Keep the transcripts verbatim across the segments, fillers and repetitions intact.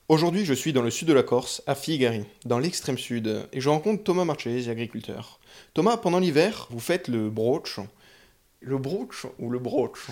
Aujourd'hui, je suis dans le sud de la Corse, à Figari, dans l'extrême sud, et je rencontre Thomas Marchesi, agriculteur. Thomas, pendant l'hiver, vous faites le broach. Le broach ou le broach?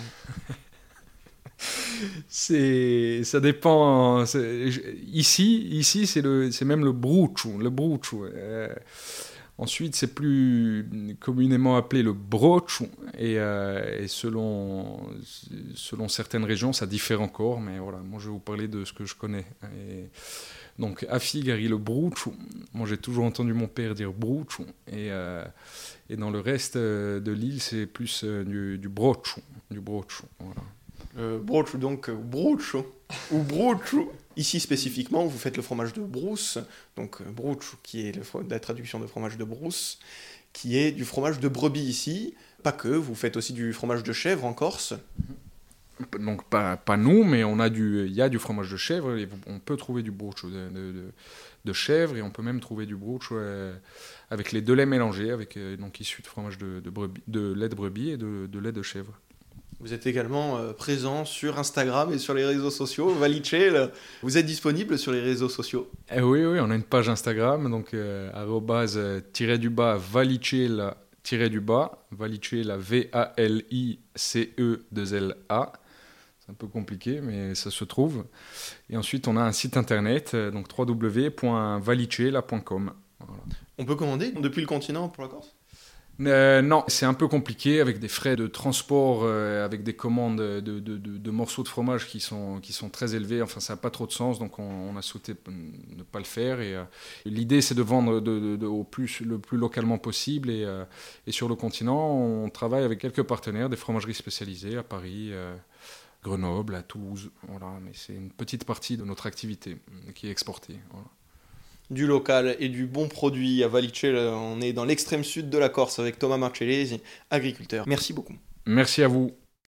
C'est, ça dépend. c'est- ici, ici, c'est le, c'est même le bruccio, le bruccio. Euh, ensuite, c'est plus communément appelé le broccio, et, euh, et selon, selon certaines régions, ça diffère encore. Mais voilà, moi, je vais vous parler de ce que je connais. Et donc, à Figari, le bruccio. Moi, j'ai toujours entendu mon père dire bruccio, et euh, et dans le reste euh, de l'île, c'est plus euh, du, du broccio, du broccio. Voilà. Le broach, donc, ou broach, ou broach. Ici, spécifiquement, vous faites le fromage de brousse, donc euh, broach, qui est le fro- la traduction de fromage de brousse, qui est du fromage de brebis ici. Pas que, vous faites aussi du fromage de chèvre en Corse. Donc pas, pas nous, mais on a du, il y a du fromage de chèvre, et on peut trouver du broach de, de, de, de chèvre, et on peut même trouver du broach euh, avec les deux laits mélangés, avec, euh, donc issu de fromage de, de, brebis, de lait de brebis et de, de lait de chèvre. Vous êtes également euh, présent sur Instagram et sur les réseaux sociaux. Valichel, vous êtes disponible sur les réseaux sociaux. Eh oui, oui, on a une page Instagram, donc euh, arrobase euh, tiré du bas valicela tiré du bas, valicela V A L I C E deux L A. C'est un peu compliqué, mais ça se trouve. Et ensuite, on a un site internet, euh, donc w w w point valicela point com. Voilà. On peut commander depuis le continent pour la Corse? Euh, non, c'est un peu compliqué avec des frais de transport, euh, avec des commandes de, de, de, de morceaux de fromage qui sont, qui sont très élevés. Enfin, ça n'a pas trop de sens, donc on, on a souhaité ne pas le faire. Et, euh, l'idée, c'est de vendre de, de, de, au plus, le plus localement possible. Et, euh, et sur le continent, on travaille avec quelques partenaires, des fromageries spécialisées à Paris, euh, Grenoble, à Toulouse. Voilà, mais c'est une petite partie de notre activité qui est exportée. Voilà. Du local et du bon produit à Valichel. On est dans l'extrême sud de la Corse avec Thomas Marchesi, agriculteur. Merci beaucoup. Merci à vous.